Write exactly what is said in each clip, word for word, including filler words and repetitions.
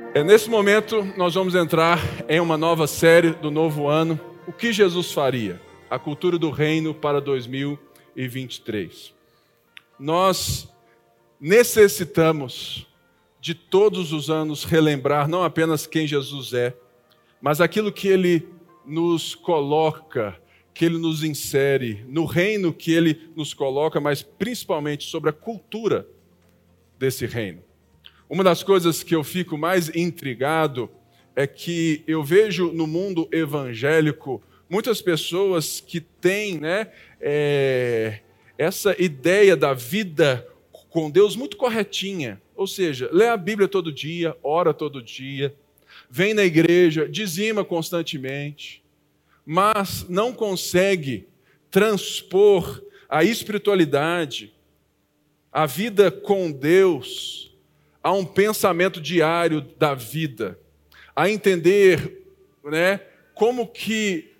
É, nesse momento, nós vamos entrar em uma nova série do novo ano. O que Jesus faria? A cultura do reino para dois mil e vinte e três. Nós necessitamos de todos os anos relembrar não apenas quem Jesus é, mas aquilo que Ele nos coloca, que Ele nos insere, no reino que Ele nos coloca, mas principalmente sobre a cultura desse reino. Uma das coisas que eu fico mais intrigado é que eu vejo no mundo evangélico muitas pessoas que têm, né, é, essa ideia da vida com Deus muito corretinha. Ou seja, lê a Bíblia todo dia, ora todo dia, vem na igreja, dizima constantemente, mas não consegue transpor a espiritualidade, a vida com Deus, a um pensamento diário da vida, a entender, né, como que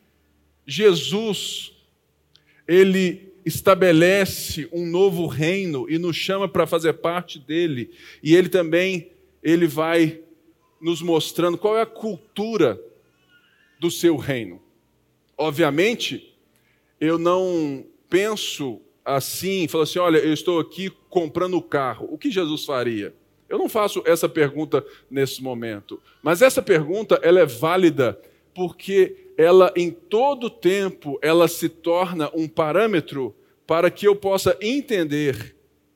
Jesus, Ele estabelece um novo reino e nos chama para fazer parte dele, e Ele também, Ele vai nos mostrando qual é a cultura do seu reino. Obviamente, eu não penso assim, falo assim, olha, eu estou aqui comprando o carro, o que Jesus faria? Eu não faço essa pergunta nesse momento, mas essa pergunta ela é válida porque ela, em todo tempo, ela se torna um parâmetro para que eu possa entender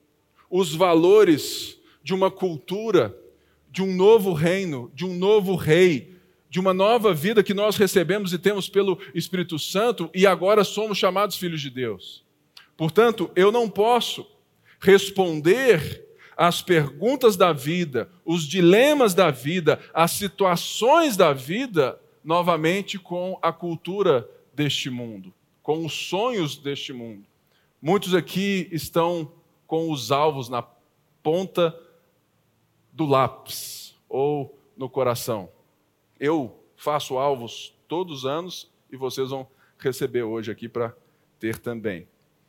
os valores de uma cultura, de um novo reino, de um novo rei, de uma nova vida que nós recebemos e temos pelo Espírito Santo e agora somos chamados filhos de Deus. Portanto, eu não posso responder as perguntas da vida, os dilemas da vida, as situações da vida, novamente com a cultura deste mundo, com os sonhos deste mundo. Muitos aqui estão com os alvos na ponta do lápis ou no coração. Eu faço alvos todos os anos e vocês vão receber hoje aqui para ter também.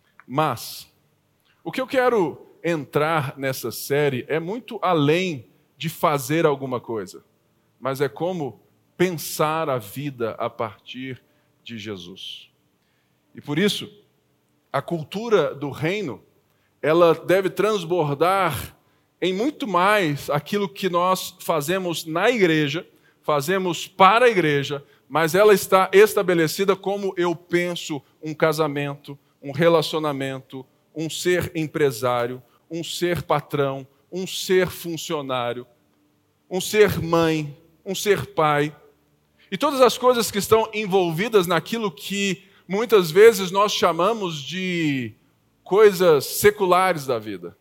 Mas o que eu quero entrar nessa série é muito além de fazer alguma coisa, mas é como pensar a vida a partir de Jesus. E por isso, a cultura do reino, ela deve transbordar em muito mais aquilo que nós fazemos na igreja, fazemos para a igreja, mas ela está estabelecida como eu penso um casamento, um relacionamento, um ser empresário, um ser patrão, um ser funcionário, um ser mãe, um ser pai. E todas as coisas que estão envolvidas naquilo que muitas vezes nós chamamos de coisas seculares da vida.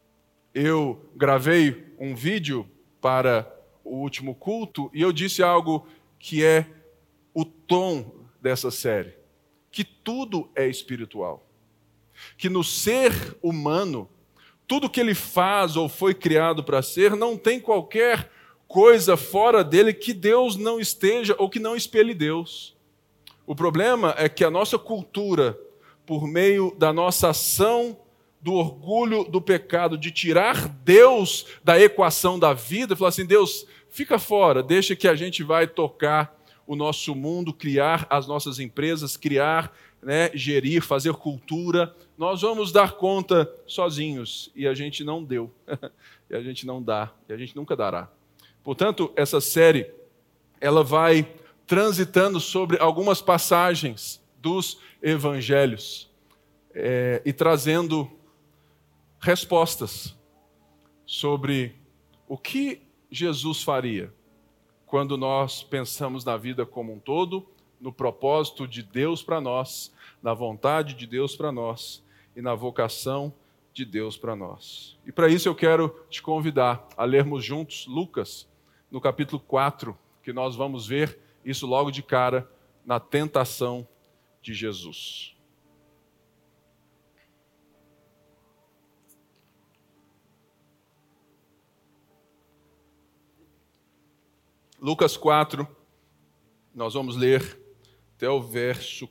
Eu gravei um vídeo para o último culto e eu disse algo que é o tom dessa série, que tudo é espiritual. Que no ser humano, tudo que ele faz ou foi criado para ser, não tem qualquer coisa fora dele que Deus não esteja ou que não espelhe Deus. O problema é que a nossa cultura, por meio da nossa ação, do orgulho do pecado, de tirar Deus da equação da vida, falar assim, Deus, fica fora, deixa que a gente vai tocar o nosso mundo, criar as nossas empresas, criar, né, gerir, fazer cultura, nós vamos dar conta sozinhos, e a gente não deu, e a gente não dá, e a gente nunca dará. Portanto, essa série, ela vai transitando sobre algumas passagens dos evangelhos, é, e trazendo respostas sobre o que Jesus faria quando nós pensamos na vida como um todo, no propósito de Deus para nós, na vontade de Deus para nós e na vocação de Deus para nós. E para isso eu quero te convidar a lermos juntos Lucas, no capítulo quatro, que nós vamos ver isso logo de cara na tentação de Jesus. Lucas quatro, nós vamos ler até o verso,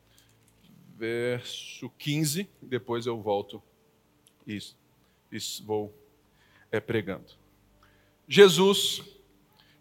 verso quinze, depois eu volto e, e vou é, pregando. Jesus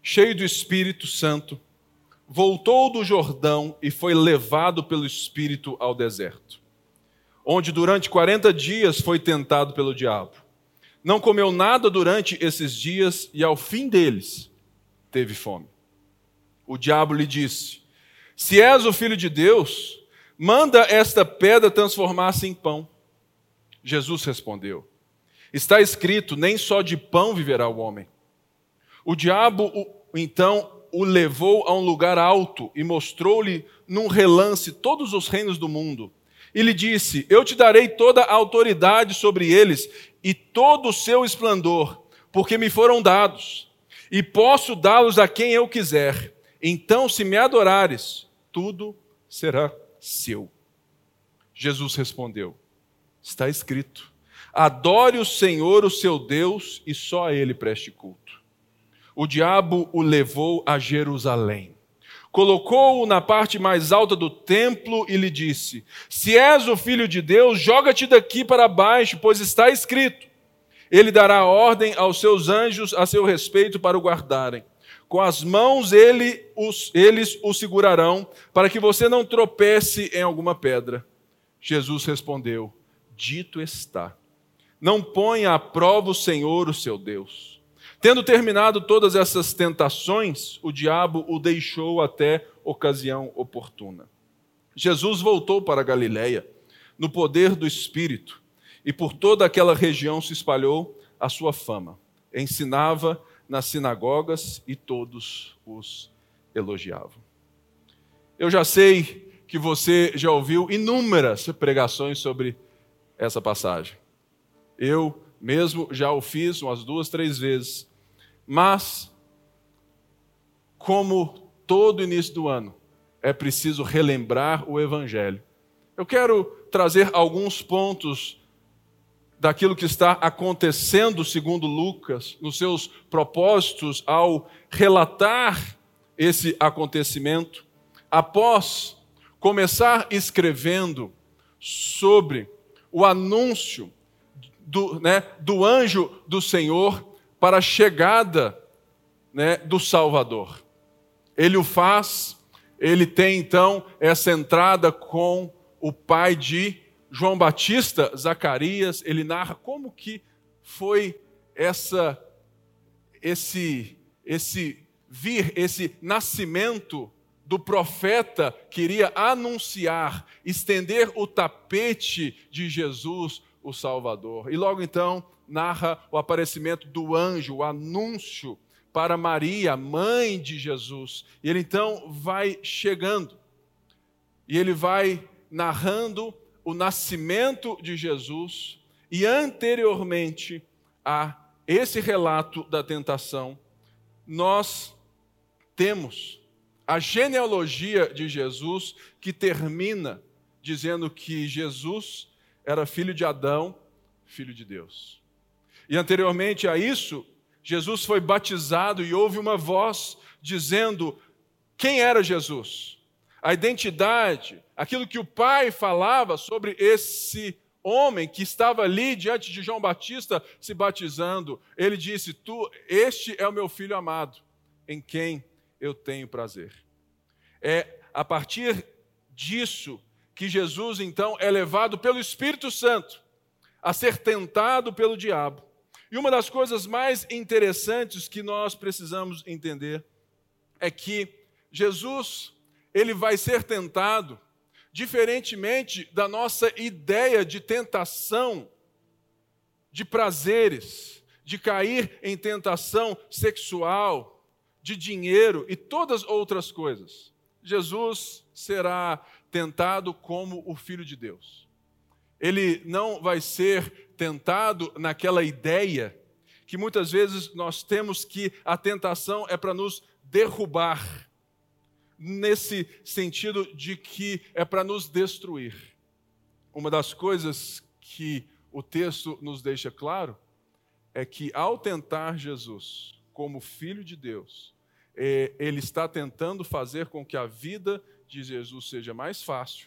cheio do Espírito Santo, voltou do Jordão e foi levado pelo Espírito ao deserto, onde durante quarenta dias foi tentado pelo diabo. Não comeu nada durante esses dias e ao fim deles teve fome. O diabo lhe disse: se és o Filho de Deus, manda esta pedra transformar-se em pão. Jesus respondeu: está escrito, nem só de pão viverá o homem. O diabo, então, o levou a um lugar alto e mostrou-lhe num relance todos os reinos do mundo. E lhe disse: eu te darei toda a autoridade sobre eles e todo o seu esplendor, porque me foram dados, e posso dá-los a quem eu quiser. Então, se me adorares, tudo será seu. Jesus respondeu: está escrito, adore o Senhor, o seu Deus, e só a ele preste culto. O diabo o levou a Jerusalém, colocou-o na parte mais alta do templo e lhe disse: se és o Filho de Deus, joga-te daqui para baixo, pois está escrito, ele dará ordem aos seus anjos a seu respeito para o guardarem. Com as mãos ele os, eles o segurarão, para que você não tropece em alguma pedra. Jesus respondeu: dito está, não ponha à prova o Senhor, o seu Deus. Tendo terminado todas essas tentações, o diabo o deixou até ocasião oportuna. Jesus voltou para a Galiléia, no poder do Espírito, e por toda aquela região se espalhou a sua fama. Ensinava nas sinagogas e todos os elogiavam. Eu já sei que você já ouviu inúmeras pregações sobre essa passagem. Eu mesmo já o fiz umas duas, três vezes. Mas, como todo início do ano, é preciso relembrar o Evangelho. Eu quero trazer alguns pontos daquilo que está acontecendo segundo Lucas, nos seus propósitos ao relatar esse acontecimento, após começar escrevendo sobre o anúncio do, né, do anjo do Senhor para a chegada, né, do Salvador. Ele o faz, ele tem então essa entrada com o pai de João Batista, Zacarias. Ele narra como que foi essa, esse, esse vir, esse nascimento do profeta que iria anunciar, estender o tapete de Jesus, o Salvador. E logo então narra o aparecimento do anjo, o anúncio para Maria, mãe de Jesus. E ele então vai chegando, e ele vai narrando o nascimento de Jesus, e anteriormente a esse relato da tentação, nós temos a genealogia de Jesus, que termina dizendo que Jesus era filho de Adão, filho de Deus. E anteriormente a isso, Jesus foi batizado e houve uma voz dizendo quem era Jesus, a identidade, aquilo que o Pai falava sobre esse homem que estava ali diante de João Batista se batizando. Ele disse: tu, este é o meu filho amado, em quem eu tenho prazer. É a partir disso que Jesus então é levado pelo Espírito Santo a ser tentado pelo diabo. E uma das coisas mais interessantes que nós precisamos entender é que Jesus, ele vai ser tentado diferentemente da nossa ideia de tentação, de prazeres, de cair em tentação sexual, de dinheiro e todas outras coisas. Jesus será tentado como o Filho de Deus. Ele não vai ser tentado naquela ideia que muitas vezes nós temos, que a tentação é para nos derrubar, nesse sentido de que é para nos destruir. Uma das coisas que o texto nos deixa claro é que, ao tentar Jesus como Filho de Deus, ele está tentando fazer com que a vida de Jesus seja mais fácil,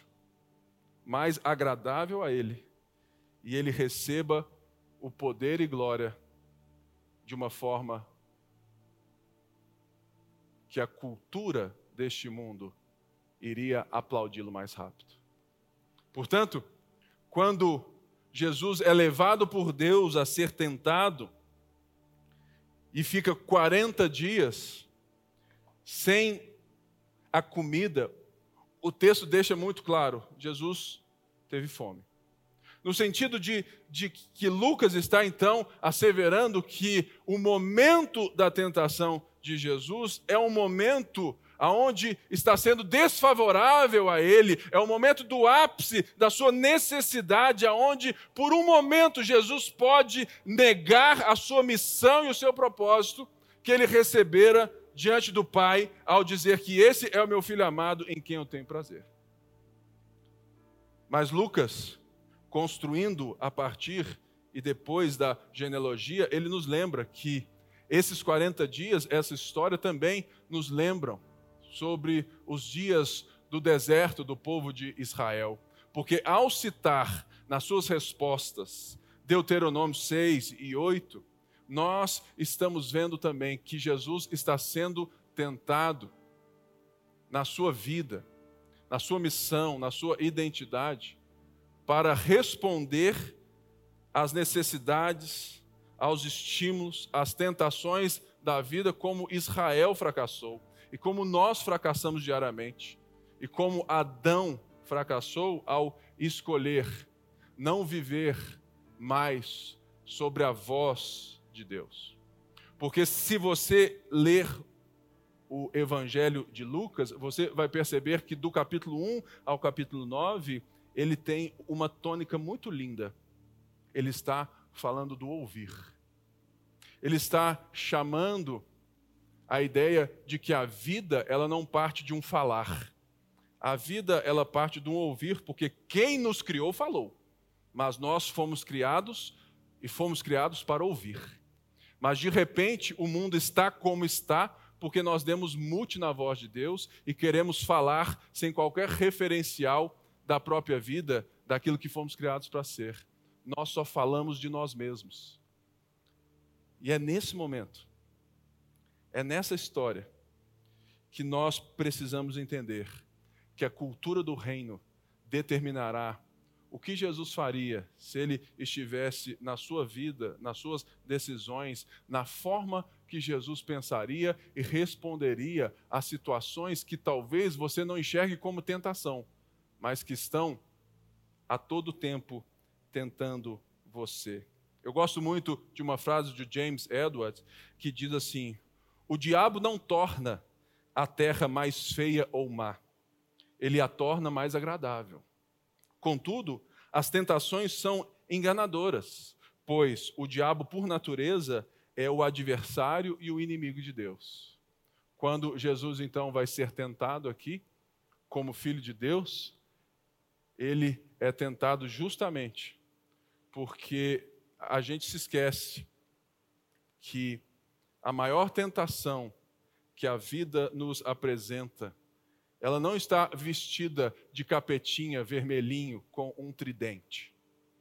mais agradável a ele, e ele receba o poder e glória de uma forma que a cultura deste mundo iria aplaudi-lo mais rápido. Portanto, quando Jesus é levado por Deus a ser tentado e fica quarenta dias sem a comida, o texto deixa muito claro, Jesus teve fome. No sentido de, de que Lucas está então asseverando que o momento da tentação de Jesus é um momento onde está sendo desfavorável a ele, é o momento do ápice da sua necessidade, onde por um momento Jesus pode negar a sua missão e o seu propósito que ele recebera diante do Pai, ao dizer que esse é o meu filho amado em quem eu tenho prazer. Mas Lucas, construindo a partir e depois da genealogia, ele nos lembra que esses quarenta dias, essa história também nos lembram sobre os dias do deserto do povo de Israel. Porque ao citar nas suas respostas Deuteronômio seis e oito, nós estamos vendo também que Jesus está sendo tentado na sua vida, na sua missão, na sua identidade, para responder às necessidades, aos estímulos, às tentações da vida, como Israel fracassou e como nós fracassamos diariamente e como Adão fracassou ao escolher não viver mais sobre a voz de Deus. Porque se você ler o Evangelho de Lucas, você vai perceber que do capítulo um ao capítulo nove, ele tem uma tônica muito linda. Ele está falando do ouvir. Ele está chamando a ideia de que a vida, ela não parte de um falar. A vida, ela parte de um ouvir, porque quem nos criou falou. Mas nós fomos criados e fomos criados para ouvir. Mas de repente o mundo está como está, porque nós demos mute na voz de Deus e queremos falar sem qualquer referencial da própria vida, daquilo que fomos criados para ser. Nós só falamos de nós mesmos. E é nesse momento, é nessa história, que nós precisamos entender que a cultura do reino determinará o que Jesus faria se ele estivesse na sua vida, nas suas decisões, na forma que Jesus pensaria e responderia a situações que talvez você não enxergue como tentação, mas que estão a todo tempo tentando você. Eu gosto muito de uma frase de James Edwards que diz assim: o diabo não torna a terra mais feia ou má, ele a torna mais agradável. Contudo, as tentações são enganadoras, pois o diabo, por natureza, é o adversário e o inimigo de Deus. Quando Jesus, então, vai ser tentado aqui, como filho de Deus, ele é tentado justamente porque a gente se esquece que a maior tentação que a vida nos apresenta, ela não está vestida de capetinha vermelhinho com um tridente.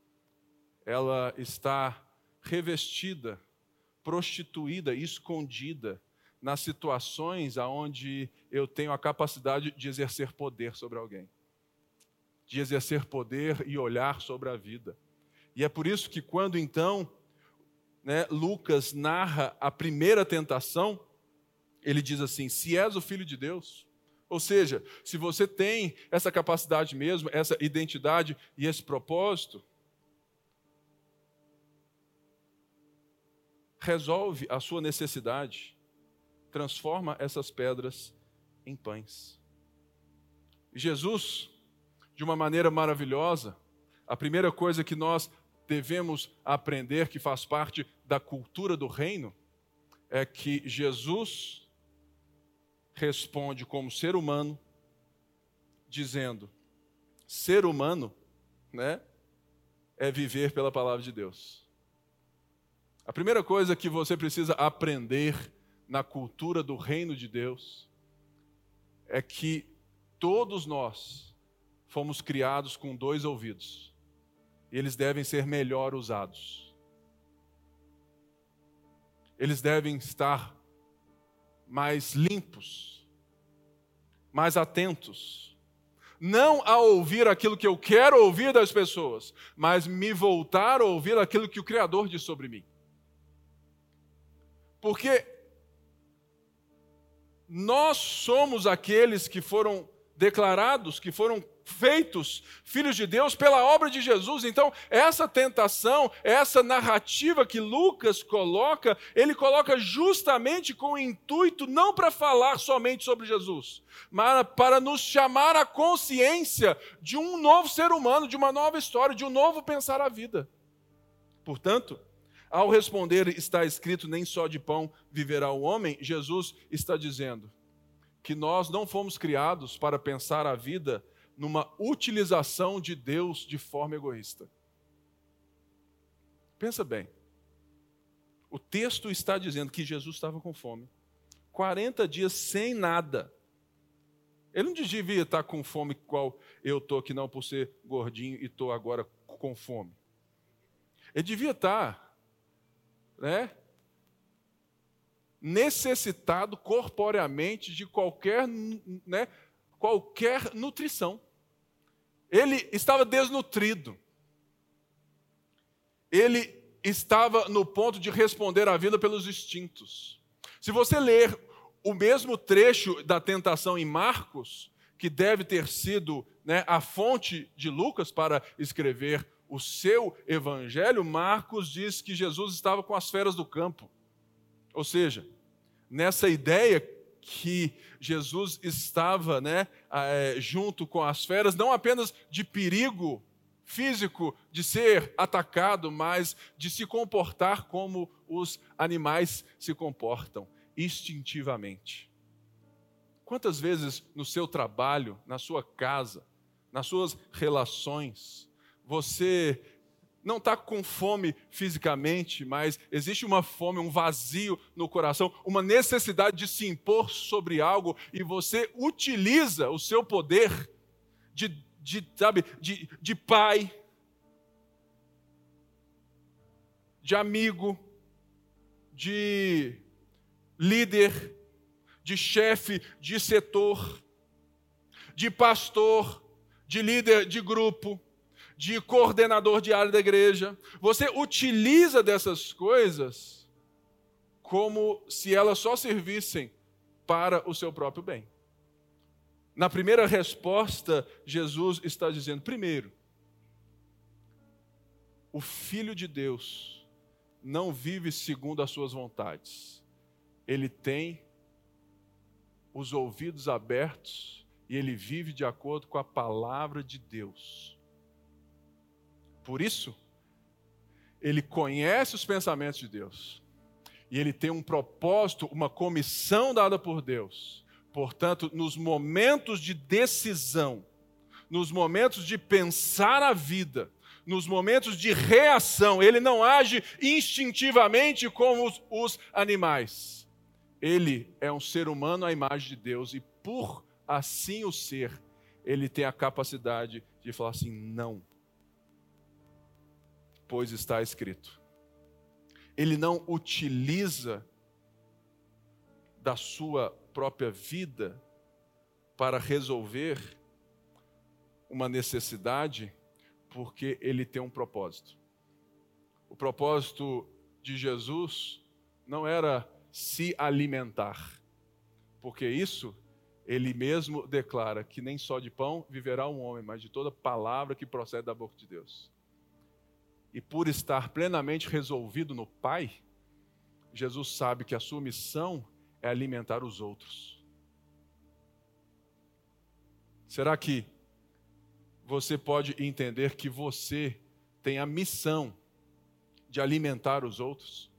Ela está revestida, prostituída, escondida nas situações onde eu tenho a capacidade de exercer poder sobre alguém. De exercer poder e olhar sobre a vida. E é por isso que quando então, né, Lucas narra a primeira tentação, ele diz assim: se és o Filho de Deus, ou seja, se você tem essa capacidade mesmo, essa identidade e esse propósito, resolve a sua necessidade, transforma essas pedras em pães. E Jesus, de uma maneira maravilhosa, a primeira coisa que nós devemos aprender, que faz parte da cultura do reino, é que Jesus responde como ser humano, dizendo: ser humano, né, é viver pela palavra de Deus. A primeira coisa que você precisa aprender na cultura do reino de Deus é que todos nós fomos criados com dois ouvidos. E eles devem ser melhor usados. Eles devem estar mais limpos, mais atentos. Não a ouvir aquilo que eu quero ouvir das pessoas, mas me voltar a ouvir aquilo que o Criador diz sobre mim. Porque nós somos aqueles que foram declarados, que foram feitos filhos de Deus pela obra de Jesus. Então, essa tentação, essa narrativa que Lucas coloca, ele coloca justamente com o intuito não para falar somente sobre Jesus, mas para nos chamar à consciência de um novo ser humano, de uma nova história, de um novo pensar a vida. Portanto, ao responder, está escrito, nem só de pão viverá o homem, Jesus está dizendo que nós não fomos criados para pensar a vida numa utilização de Deus de forma egoísta. Pensa bem. O texto está dizendo que Jesus estava com fome. quarenta dias sem nada. Ele não devia estar com fome igual eu estou aqui não, por ser gordinho e estou agora com fome. Ele devia estar, né, necessitado corporeamente de qualquer, né, qualquer nutrição. Ele estava desnutrido. Ele estava no ponto de responder à vida pelos instintos. Se você ler o mesmo trecho da tentação em Marcos, que deve ter sido, né, a fonte de Lucas para escrever o seu evangelho, Marcos diz que Jesus estava com as feras do campo. Ou seja, nessa ideia que Jesus estava, né, é, junto com as feras, não apenas de perigo físico de ser atacado, mas de se comportar como os animais se comportam, instintivamente. Quantas vezes no seu trabalho, na sua casa, nas suas relações, você não está com fome fisicamente, mas existe uma fome, um vazio no coração, uma necessidade de se impor sobre algo, e você utiliza o seu poder de, de, sabe, de, de pai, de amigo, de líder, de chefe de setor, de pastor, de líder de grupo, de coordenador de área da igreja. Você utiliza dessas coisas como se elas só servissem para o seu próprio bem. Na primeira resposta, Jesus está dizendo, primeiro, o Filho de Deus não vive segundo as suas vontades. Ele tem os ouvidos abertos e ele vive de acordo com a palavra de Deus. Por isso, ele conhece os pensamentos de Deus. E ele tem um propósito, uma comissão dada por Deus. Portanto, nos momentos de decisão, nos momentos de pensar a vida, nos momentos de reação, ele não age instintivamente como os, os animais. Ele é um ser humano à imagem de Deus e, por assim o ser, ele tem a capacidade de falar assim, não. Pois está escrito. Ele não utiliza da sua própria vida para resolver uma necessidade, porque ele tem um propósito. O propósito de Jesus não era se alimentar, porque isso ele mesmo declara que nem só de pão viverá um homem, mas de toda palavra que procede da boca de Deus. E por estar plenamente resolvido no Pai, Jesus sabe que a sua missão é alimentar os outros. Será que você pode entender que você tem a missão de alimentar os outros?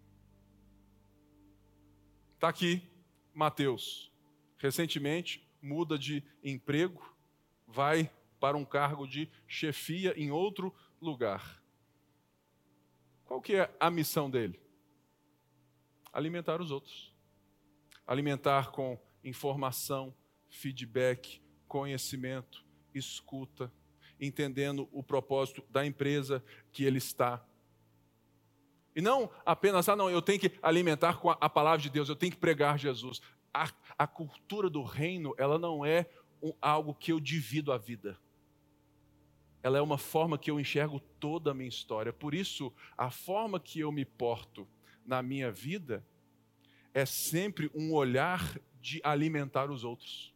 Está aqui Mateus. Recentemente muda de emprego, vai para um cargo de chefia em outro lugar. Qual que é a missão dele? Alimentar os outros. Alimentar com informação, feedback, conhecimento, escuta, entendendo o propósito da empresa que ele está. E não apenas, ah não, eu tenho que alimentar com a, a palavra de Deus, eu tenho que pregar Jesus. A, a cultura do reino, ela não é um, algo que eu divido a vida. Ela é uma forma que eu enxergo toda a minha história. Por isso, a forma que eu me porto na minha vida é sempre um olhar de alimentar os outros.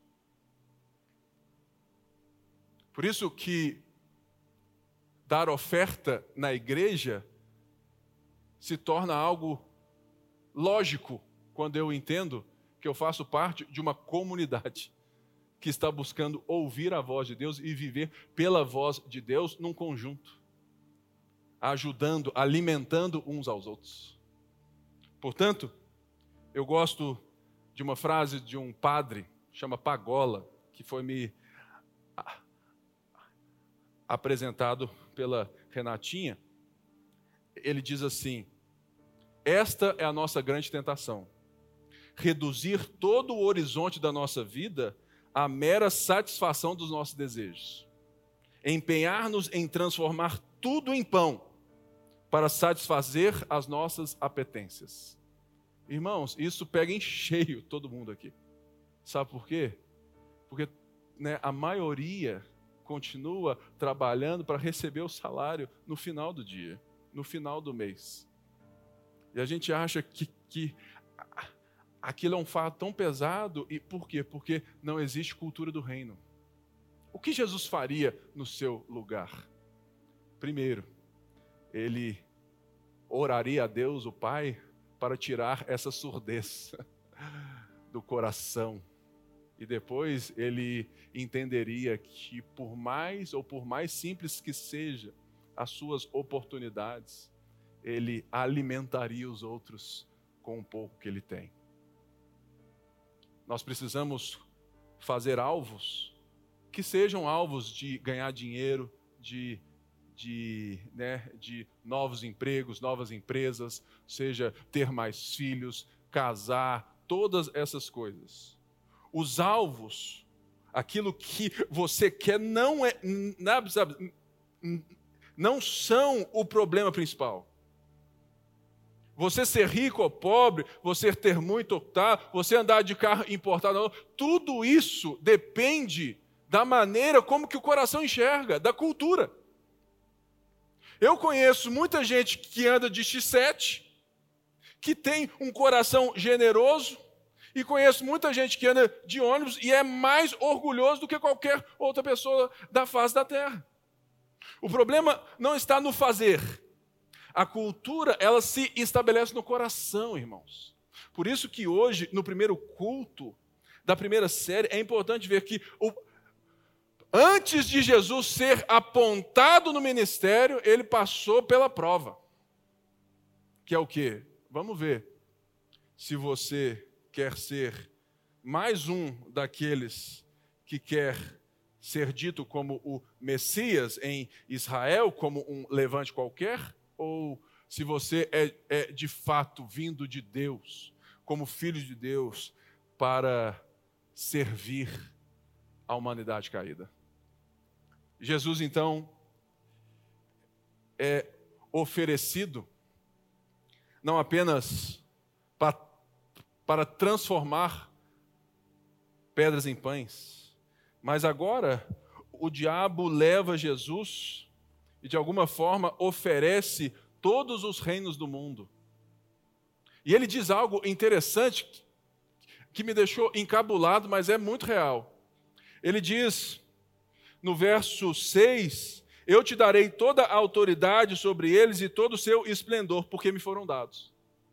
Por isso que dar oferta na igreja se torna algo lógico quando eu entendo que eu faço parte de uma comunidade que está buscando ouvir a voz de Deus e viver pela voz de Deus num conjunto, ajudando, alimentando uns aos outros. Portanto, eu gosto de uma frase de um padre, chama Pagola, que foi me apresentado pela Renatinha. Ele diz assim: esta é a nossa grande tentação, reduzir todo o horizonte da nossa vida à mera satisfação dos nossos desejos, empenhar-nos em transformar tudo em pão para satisfazer as nossas apetências. Irmãos, isso pega em cheio todo mundo aqui. Sabe por quê? Porque né, a maioria continua trabalhando para receber o salário no final do dia, no final do mês. E a gente acha que, que aquilo é um fato tão pesado. E por quê? Porque não existe cultura do reino. O que Jesus faria no seu lugar? Primeiro, ele oraria a Deus, o Pai, para tirar essa surdez do coração. E depois ele entenderia que por mais ou por mais simples que seja as suas oportunidades, ele alimentaria os outros com o pouco que ele tem. Nós precisamos fazer alvos que sejam alvos de ganhar dinheiro, de, de, né, de novos empregos, novas empresas, seja ter mais filhos, casar, todas essas coisas. Os alvos, aquilo que você quer, não é, sabe, não são o problema principal. Você ser rico ou pobre, você ter muito ou tá, você andar de carro importado, não, tudo isso depende da maneira como que o coração enxerga, da cultura. Eu conheço muita gente que anda de X sete, que tem um coração generoso, e conheço muita gente que anda de ônibus e é mais orgulhoso do que qualquer outra pessoa da face da terra. O problema não está no fazer. A cultura, ela se estabelece no coração, irmãos. Por isso que hoje, no primeiro culto da primeira série, é importante ver que o, antes de Jesus ser apontado no ministério, ele passou pela prova. Que é o quê? Vamos ver se você quer ser mais um daqueles que quer ser dito como o Messias em Israel, como um levante qualquer, ou se você é, é de fato vindo de Deus, como filho de Deus, para servir a humanidade caída. Jesus, então, é oferecido não apenas para para transformar pedras em pães. Mas agora, o diabo leva Jesus e, de alguma forma, oferece todos os reinos do mundo. E ele diz algo interessante que me deixou encabulado, mas é muito real. Ele diz, no verso seis, eu te darei toda a autoridade sobre eles e todo o seu esplendor, porque me foram dados.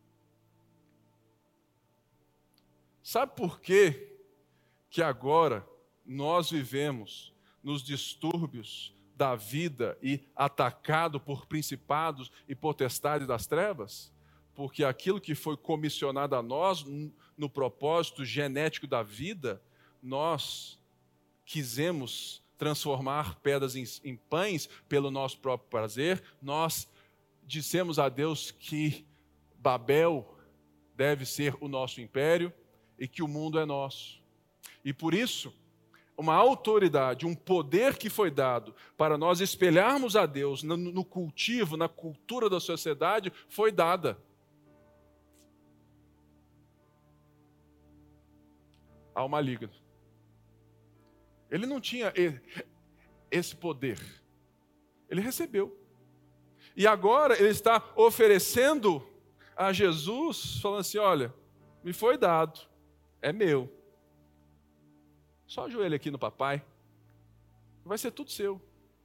Sabe por quê que agora nós vivemos nos distúrbios da vida e atacado por principados e potestades das trevas? Porque aquilo que foi comissionado a nós no propósito genético da vida, nós quisemos transformar pedras em, em pães pelo nosso próprio prazer. Nós dissemos a Deus que Babel deve ser o nosso império e que o mundo é nosso. E por isso, uma autoridade, um poder que foi dado para nós espelharmos a Deus no, no cultivo, na cultura da sociedade, foi dada. Ao maligno. Ele não tinha esse poder. Ele recebeu. E agora ele está oferecendo a Jesus, falando assim, olha, me foi dado, é meu. Só ajoelha aqui no papai, vai ser tudo seu.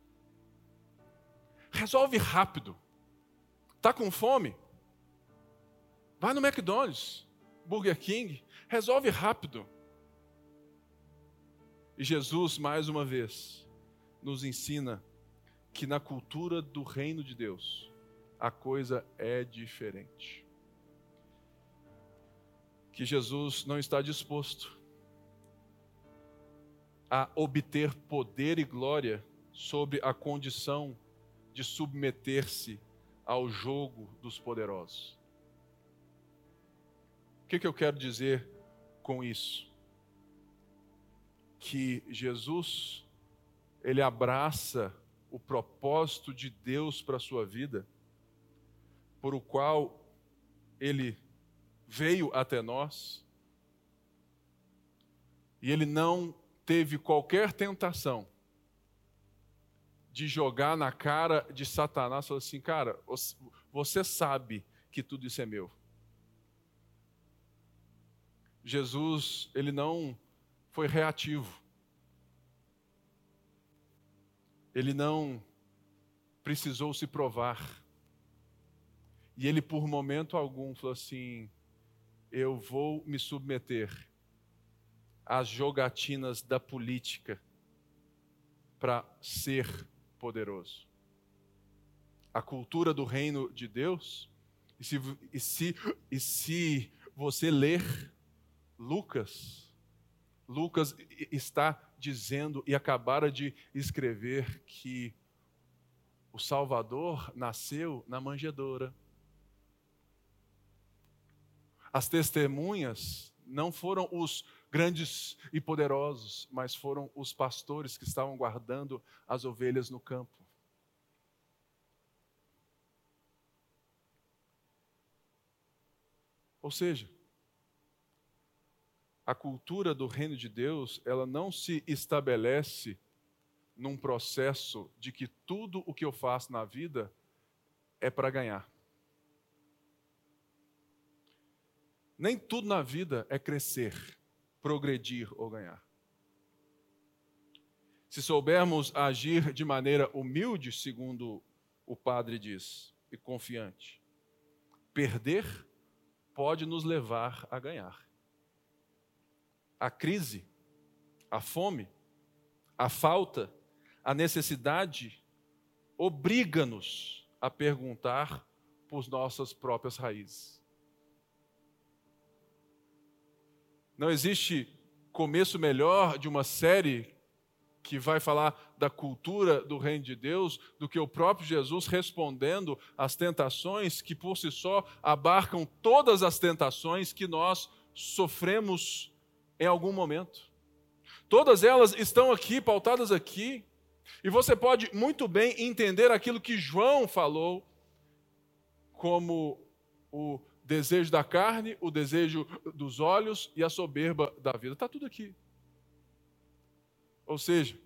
Resolve rápido. Está com fome? Vai no McDonald's, Burger King, resolve rápido. E Jesus, mais uma vez, nos ensina que na cultura do reino de Deus, a coisa é diferente. Que Jesus não está disposto a obter poder e glória sobre a condição de submeter-se ao jogo dos poderosos. O que, que eu quero dizer com isso? Que Jesus, ele abraça o propósito de Deus para a sua vida, por o qual ele veio até nós, e ele não teve qualquer tentação de jogar na cara de Satanás, falou assim, cara, você sabe que tudo isso é meu. Jesus, ele não foi reativo. Ele não precisou se provar. E ele, por momento algum, falou assim, eu vou me submeter às jogatinas da política para ser poderoso. A cultura do reino de Deus, e se, e se, e se você ler Lucas, Lucas está dizendo e acabara de escrever que o Salvador nasceu na manjedoura. As testemunhas não foram os grandes e poderosos, mas foram os pastores que estavam guardando as ovelhas no campo. Ou seja, a cultura do reino de Deus, ela não se estabelece num processo de que tudo o que eu faço na vida é para ganhar. Nem tudo na vida é crescer, progredir ou ganhar. Se soubermos agir de maneira humilde, segundo o padre diz, e confiante, perder pode nos levar a ganhar. A crise, a fome, a falta, a necessidade obriga-nos a perguntar por nossas próprias raízes. Não existe começo melhor de uma série que vai falar da cultura do reino de Deus do que o próprio Jesus respondendo às tentações que por si só abarcam todas as tentações que nós sofremos em algum momento. Todas elas estão aqui, pautadas aqui, e você pode muito bem entender aquilo que João falou como o desejo da carne, o desejo dos olhos e a soberba da vida. Está tudo aqui. Ou seja,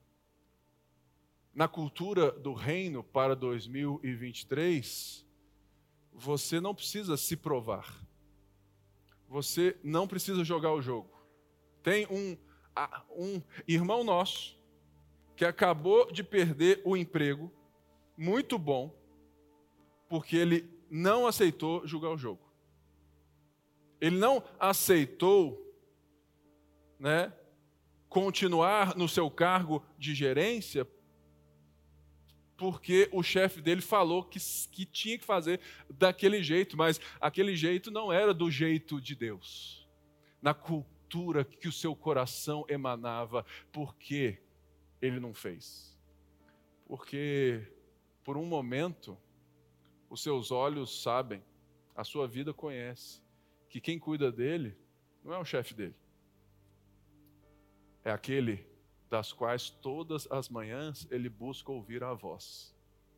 na cultura do reino para dois mil e vinte e três, você não precisa se provar. Você não precisa jogar o jogo. Tem um, um irmão nosso que acabou de perder o emprego, muito bom, porque ele não aceitou jogar o jogo. Ele não aceitou, né, continuar no seu cargo de gerência porque o chefe dele falou que, que tinha que fazer daquele jeito, mas aquele jeito não era do jeito de Deus. Na cultura que o seu coração emanava, por que ele não fez? Porque por um momento os seus olhos sabem, a sua vida conhece, que quem cuida dele não é o chefe dele. É aquele das quais todas as manhãs ele busca ouvir a voz.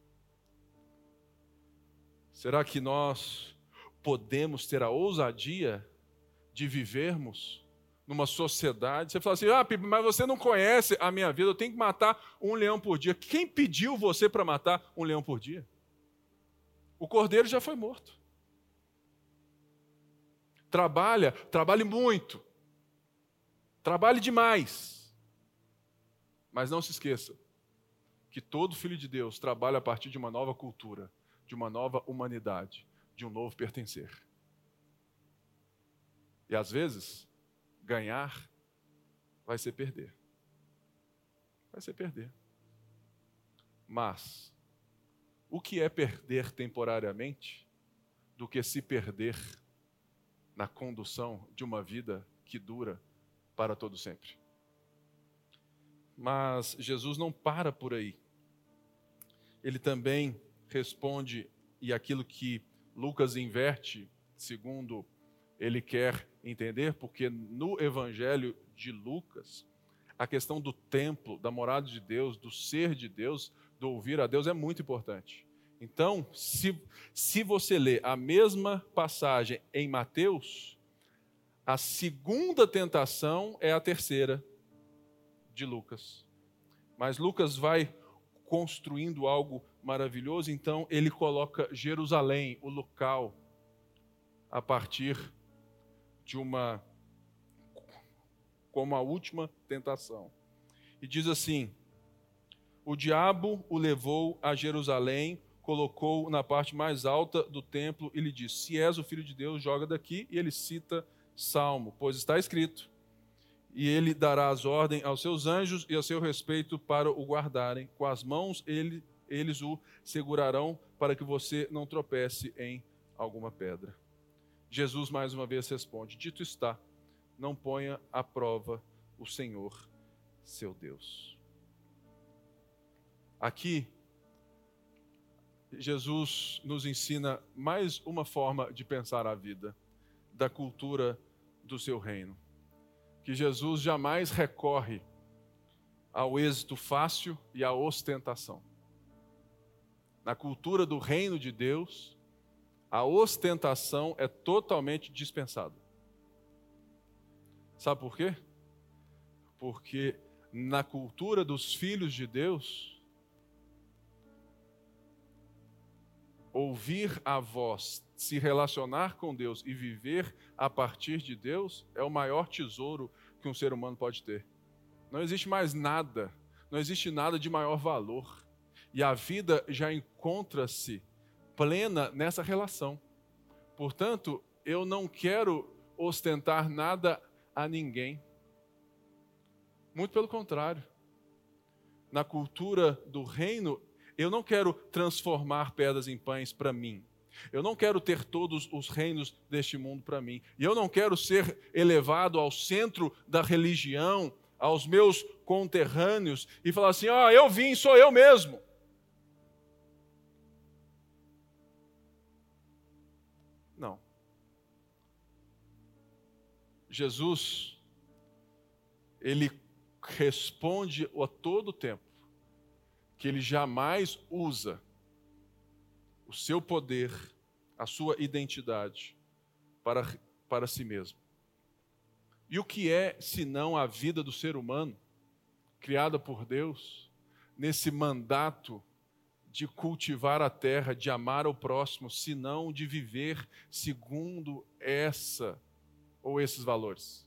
Será que nós podemos ter a ousadia de vivermos numa sociedade? Você fala assim, ah, Pipe, mas você não conhece a minha vida, eu tenho que matar um leão por dia. Quem pediu você para matar um leão por dia? O cordeiro já foi morto. Trabalha, trabalhe muito. Trabalhe demais. Mas não se esqueça que todo filho de Deus trabalha a partir de uma nova cultura, de uma nova humanidade, de um novo pertencer. E às vezes, ganhar vai ser perder. Vai ser perder. Mas, o que é perder temporariamente do que se perder na condução de uma vida que dura para todo sempre? Mas Jesus não para por aí. Ele também responde, e aquilo que Lucas inverte, segundo ele quer entender, porque no Evangelho de Lucas, a questão do templo, da morada de Deus, do ser de Deus, do ouvir a Deus é muito importante. Então, se, se você lê a mesma passagem em Mateus, a segunda tentação é a terceira de Lucas. Mas Lucas vai construindo algo maravilhoso, então ele coloca Jerusalém, o local, a partir de uma, como a última tentação. E diz assim, o diabo o levou a Jerusalém, colocou-o na parte mais alta do templo e lhe disse, se és o filho de Deus, joga daqui. E ele cita Salmo, pois está escrito, e ele dará as ordens aos seus anjos e a seu respeito para o guardarem. Com as mãos ele, eles o segurarão para que você não tropece em alguma pedra. Jesus mais uma vez responde, dito está, não ponha à prova o Senhor, seu Deus. Aqui, Jesus nos ensina mais uma forma de pensar a vida, da cultura do seu reino. Que Jesus jamais recorre ao êxito fácil e à ostentação. Na cultura do reino de Deus, a ostentação é totalmente dispensada. Sabe por quê? Porque na cultura dos filhos de Deus, ouvir a voz, se relacionar com Deus e viver a partir de Deus é o maior tesouro que um ser humano pode ter. Não existe mais nada, não existe nada de maior valor. E a vida já encontra-se plena nessa relação. Portanto, eu não quero ostentar nada a ninguém. Muito pelo contrário. Na cultura do reino, eu não quero transformar pedras em pães para mim. Eu não quero ter todos os reinos deste mundo para mim. E eu não quero ser elevado ao centro da religião, aos meus conterrâneos, e falar assim, ó, oh, eu vim, sou eu mesmo. Não. Jesus, ele responde a todo tempo que ele jamais usa o seu poder, a sua identidade para, para si mesmo. E o que é, senão, a vida do ser humano, criada por Deus, nesse mandato de cultivar a terra, de amar ao próximo, senão de viver segundo essa ou esses valores?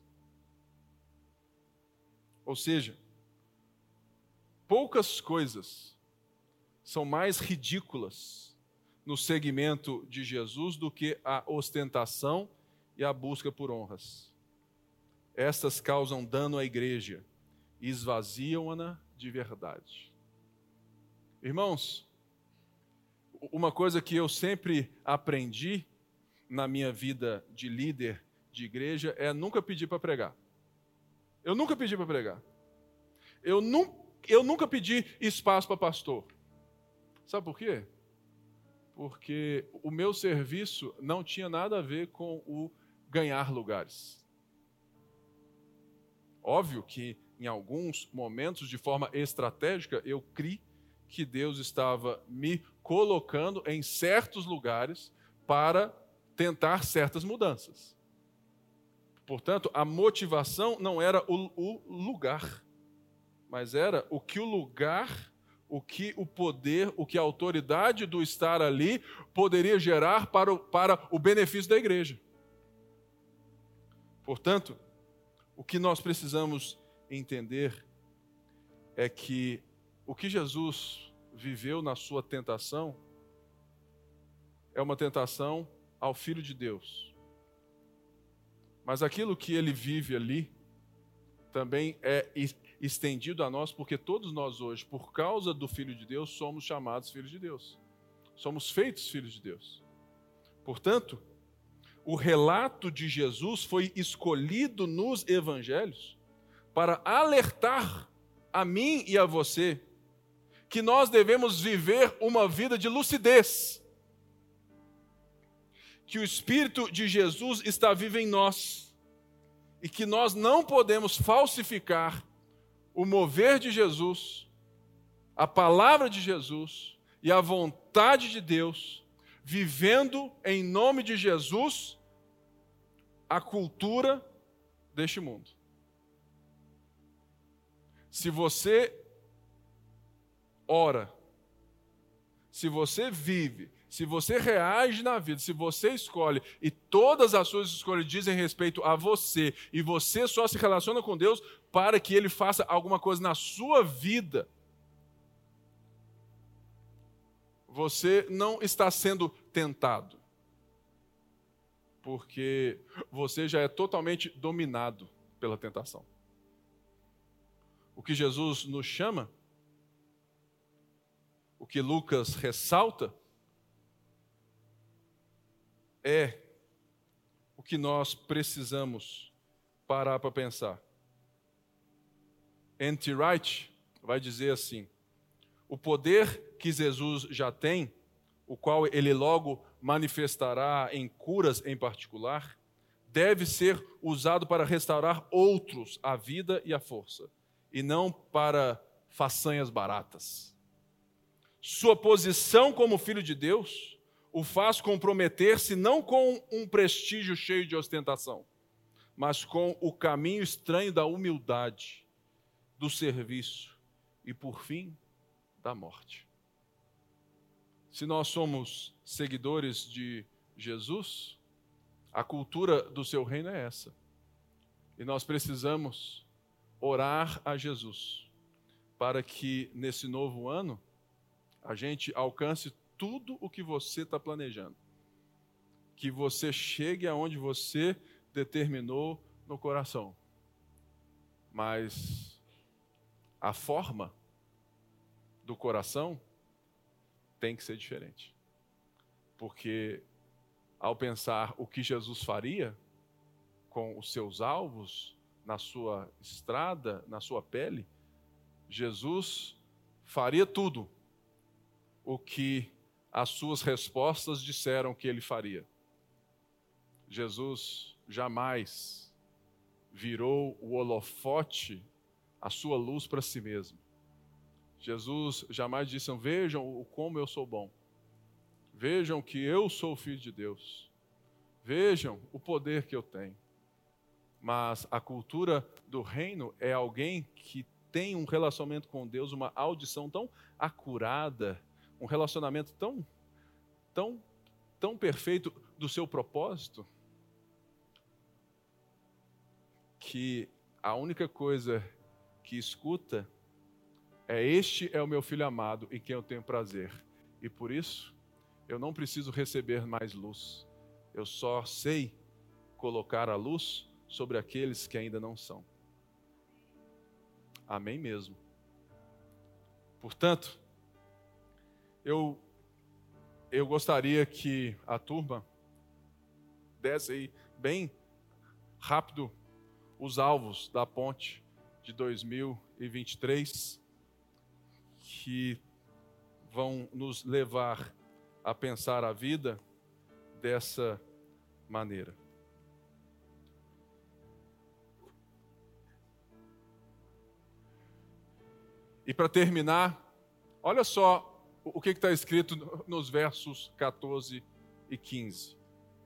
Ou seja, poucas coisas são mais ridículas no segmento de Jesus do que a ostentação e a busca por honras. Estas causam dano à igreja e esvaziam-na de verdade. Irmãos, uma coisa que eu sempre aprendi na minha vida de líder de igreja é nunca pedir para pregar. Eu nunca pedi para pregar. Eu, nu, eu nunca pedi espaço para pastor. Sabe por quê? Porque o meu serviço não tinha nada a ver com o ganhar lugares. Óbvio que em alguns momentos, de forma estratégica, eu criei que Deus estava me colocando em certos lugares para tentar certas mudanças. Portanto, a motivação não era o, o lugar, mas era o que o lugar, o que o poder, o que a autoridade do estar ali poderia gerar para o, para o benefício da igreja. Portanto, o que nós precisamos entender é que o que Jesus viveu na sua tentação é uma tentação ao Filho de Deus. Mas aquilo que ele vive ali também é estendido a nós, porque todos nós hoje, por causa do Filho de Deus, somos chamados filhos de Deus. Somos feitos filhos de Deus. Portanto, o relato de Jesus foi escolhido nos evangelhos para alertar a mim e a você que nós devemos viver uma vida de lucidez. Que o Espírito de Jesus está vivo em nós e que nós não podemos falsificar o mover de Jesus, a palavra de Jesus e a vontade de Deus, vivendo em nome de Jesus a cultura deste mundo. Se você ora, se você vive, se você reage na vida, se você escolhe e todas as suas escolhas dizem respeito a você e você só se relaciona com Deus para que Ele faça alguma coisa na sua vida, você não está sendo tentado, porque você já é totalmente dominado pela tentação. O que Jesus nos chama, o que Lucas ressalta, é o que nós precisamos parar para pensar. N T Wright vai dizer assim: o poder que Jesus já tem, o qual ele logo manifestará em curas em particular, deve ser usado para restaurar outros a vida e a força, e não para façanhas baratas. Sua posição como filho de Deus o faz comprometer-se não com um prestígio cheio de ostentação, mas com o caminho estranho da humildade, do serviço e, por fim, da morte. Se nós somos seguidores de Jesus, a cultura do seu reino é essa. E nós precisamos orar a Jesus para que, nesse novo ano, a gente alcance tudo o que você está planejando. Que você chegue aonde você determinou no coração. Mas a forma do coração tem que ser diferente. Porque ao pensar o que Jesus faria com os seus alvos, na sua estrada, na sua pele, Jesus faria tudo o que as suas respostas disseram que ele faria. Jesus jamais virou o holofote, a sua luz para si mesmo. Jesus jamais disse: vejam como eu sou bom. Vejam que eu sou o Filho de Deus. Vejam o poder que eu tenho. Mas a cultura do reino é alguém que tem um relacionamento com Deus, uma audição tão acurada, um relacionamento tão, tão, tão perfeito do seu propósito, que a única coisa que escuta é: este é o meu filho amado em quem eu tenho prazer. E por isso, eu não preciso receber mais luz. Eu só sei colocar a luz sobre aqueles que ainda não são. Amém mesmo. Portanto, eu, eu gostaria que a turma desse aí bem rápido os alvos da ponte de dois mil e vinte e três, que vão nos levar a pensar a vida dessa maneira. E para terminar, olha só o que está escrito nos versos quatorze e quinze.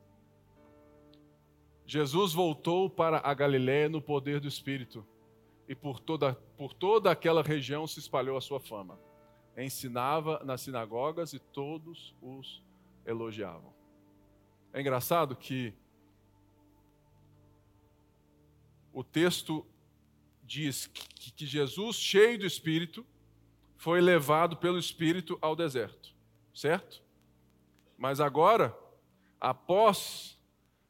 Jesus voltou para a Galiléia no poder do Espírito, e por toda, por toda aquela região se espalhou a sua fama. Ensinava nas sinagogas e todos os elogiavam. É engraçado que o texto diz que, que Jesus, cheio do Espírito, foi levado pelo Espírito ao deserto, certo? Mas agora, após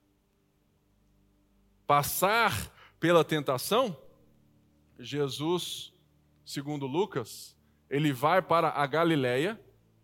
passar pela tentação, Jesus, segundo Lucas, ele vai para a Galiléia,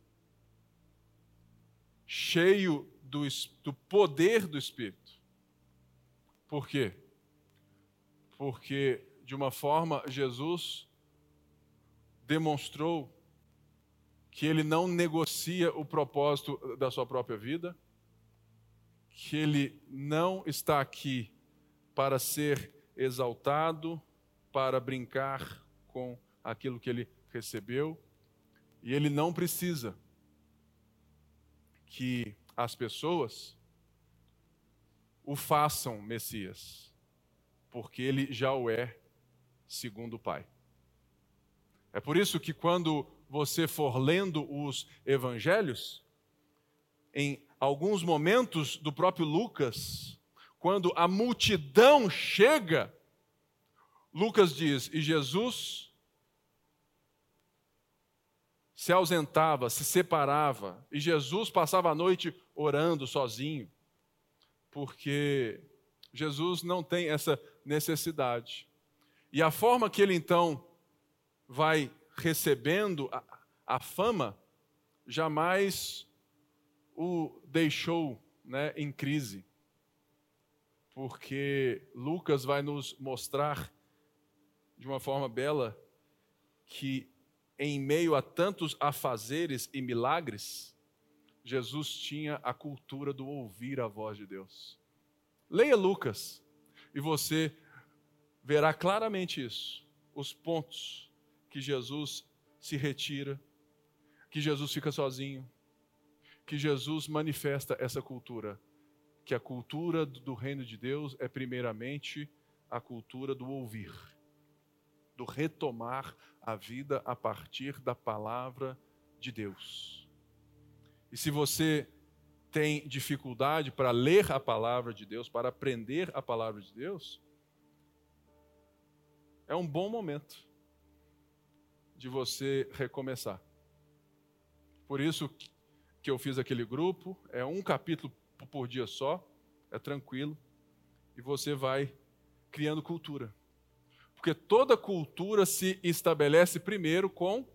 cheio do, do poder do Espírito. Por quê? Porque, de uma forma, Jesus demonstrou que ele não negocia o propósito da sua própria vida, que ele não está aqui para ser exaltado, para brincar com aquilo que ele recebeu, e ele não precisa que as pessoas o façam Messias, porque ele já o é, segundo o Pai. É por isso que quando você for lendo os evangelhos, em alguns momentos do próprio Lucas, quando a multidão chega, Lucas diz, e Jesus se ausentava, se separava, e Jesus passava a noite orando sozinho, porque Jesus não tem essa necessidade. E a forma que ele então vai recebendo a, a fama, jamais o deixou, né, em crise. Porque Lucas vai nos mostrar de uma forma bela que em meio a tantos afazeres e milagres, Jesus tinha a cultura do ouvir a voz de Deus. Leia Lucas e você verá claramente isso. Os pontos que Jesus se retira, que Jesus fica sozinho, que Jesus manifesta essa cultura. Que a cultura do reino de Deus é primeiramente a cultura do ouvir, do retomar a vida a partir da palavra de Deus. E se você tem dificuldade para ler a palavra de Deus, para aprender a palavra de Deus, é um bom momento de você recomeçar. Por isso que eu fiz aquele grupo, é um capítulo por dia só, é tranquilo, e você vai criando cultura. Porque toda cultura se estabelece primeiro com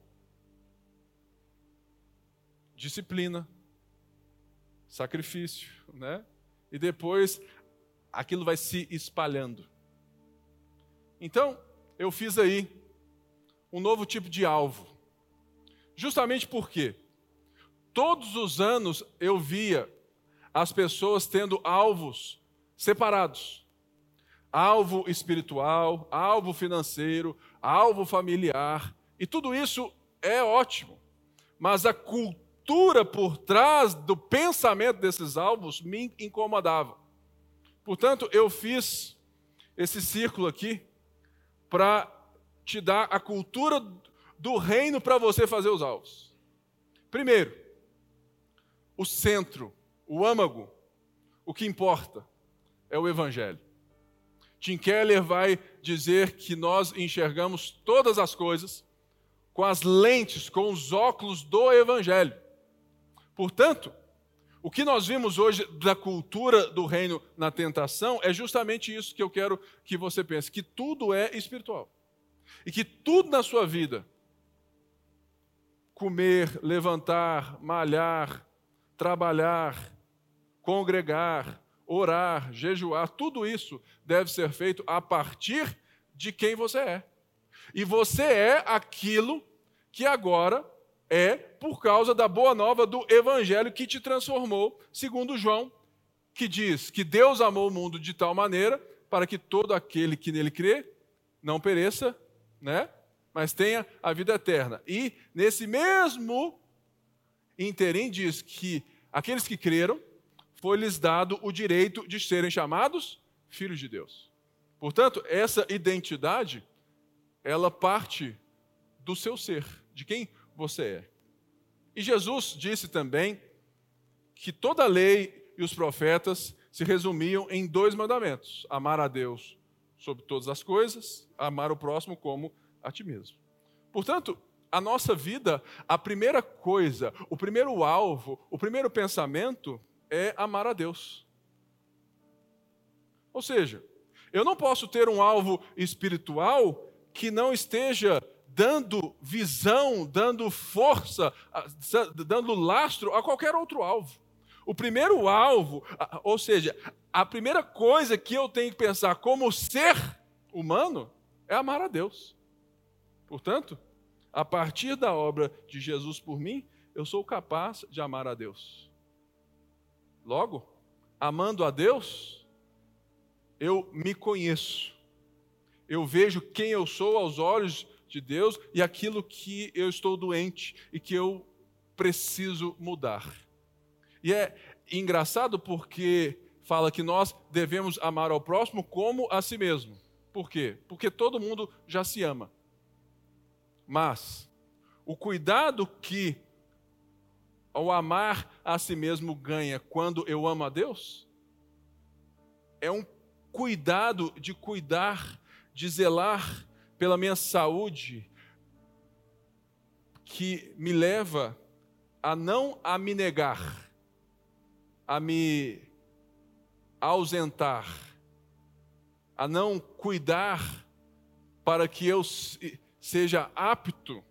disciplina, sacrifício, né? E depois aquilo vai se espalhando. Então, eu fiz aí um novo tipo de alvo. Justamente porque todos os anos eu via as pessoas tendo alvos separados. Alvo espiritual, alvo financeiro, alvo familiar. E tudo isso é ótimo. Mas a cultura por trás do pensamento desses alvos me incomodava. Portanto, eu fiz esse círculo aqui para te dar a cultura do reino para você fazer os alvos. Primeiro, o centro, o âmago, o que importa é o Evangelho. Tim Keller vai dizer que nós enxergamos todas as coisas com as lentes, com os óculos do Evangelho. Portanto, o que nós vimos hoje da cultura do reino na tentação é justamente isso que eu quero que você pense, que tudo é espiritual. E que tudo na sua vida, comer, levantar, malhar, trabalhar, congregar, orar, jejuar, tudo isso deve ser feito a partir de quem você é. E você é aquilo que agora é por causa da boa nova do Evangelho que te transformou, segundo João, que diz que Deus amou o mundo de tal maneira para que todo aquele que nele crê não pereça, né? mas tenha a vida eterna. E nesse mesmo interim diz que aqueles que creram, foi-lhes dado o direito de serem chamados filhos de Deus. Portanto, essa identidade, ela parte do seu ser, de quem você é. E Jesus disse também que toda a lei e os profetas se resumiam em dois mandamentos: amar a Deus sobre todas as coisas, amar o próximo como a ti mesmo. Portanto, a nossa vida, a primeira coisa, o primeiro alvo, o primeiro pensamento é amar a Deus. Ou seja, eu não posso ter um alvo espiritual que não esteja dando visão, dando força, dando lastro a qualquer outro alvo. O primeiro alvo, ou seja, a primeira coisa que eu tenho que pensar como ser humano é amar a Deus. Portanto, a partir da obra de Jesus por mim, eu sou capaz de amar a Deus. Logo, amando a Deus, eu me conheço. Eu vejo quem eu sou aos olhos de Deus e aquilo que eu estou doente e que eu preciso mudar. E é engraçado porque fala que nós devemos amar ao próximo como a si mesmo. Por quê? Porque todo mundo já se ama. Mas o cuidado que ao amar a si mesmo ganha quando eu amo a Deus é um cuidado de cuidar, de zelar pela minha saúde, que me leva a não a me negar, a me ausentar, a não cuidar para que eu seja apto